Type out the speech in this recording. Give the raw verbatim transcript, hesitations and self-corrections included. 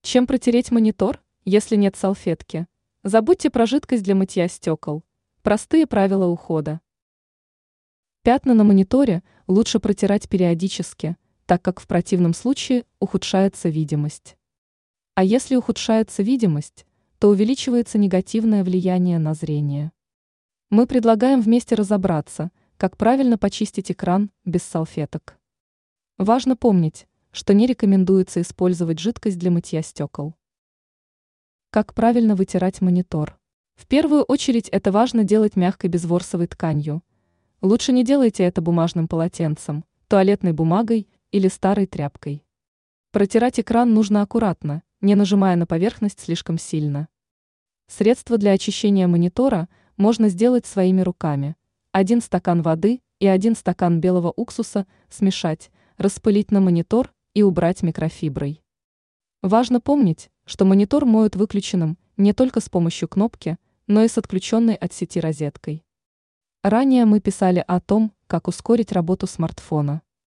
Чем протереть монитор, если нет салфетки? Забудьте про жидкость для мытья стекол. Простые правила ухода. Пятна на мониторе лучше протирать периодически, так как в противном случае ухудшается видимость. А если ухудшается видимость, то увеличивается негативное влияние на зрение. Мы предлагаем вместе разобраться, как правильно почистить экран без салфеток. Важно помнить, что не рекомендуется использовать жидкость для мытья стекол. Как правильно вытирать монитор? В первую очередь это важно делать мягкой безворсовой тканью. Лучше не делайте это бумажным полотенцем, туалетной бумагой или старой тряпкой. Протирать экран нужно аккуратно, не нажимая на поверхность слишком сильно. Средство для очищения монитора можно сделать своими руками. Один стакан воды и один стакан белого уксуса смешать, распылить на монитор и убрать микрофиброй. Важно помнить, что монитор моют выключенным не только с помощью кнопки, но и с отключенной от сети розеткой. Ранее мы писали о том, как ускорить работу смартфона.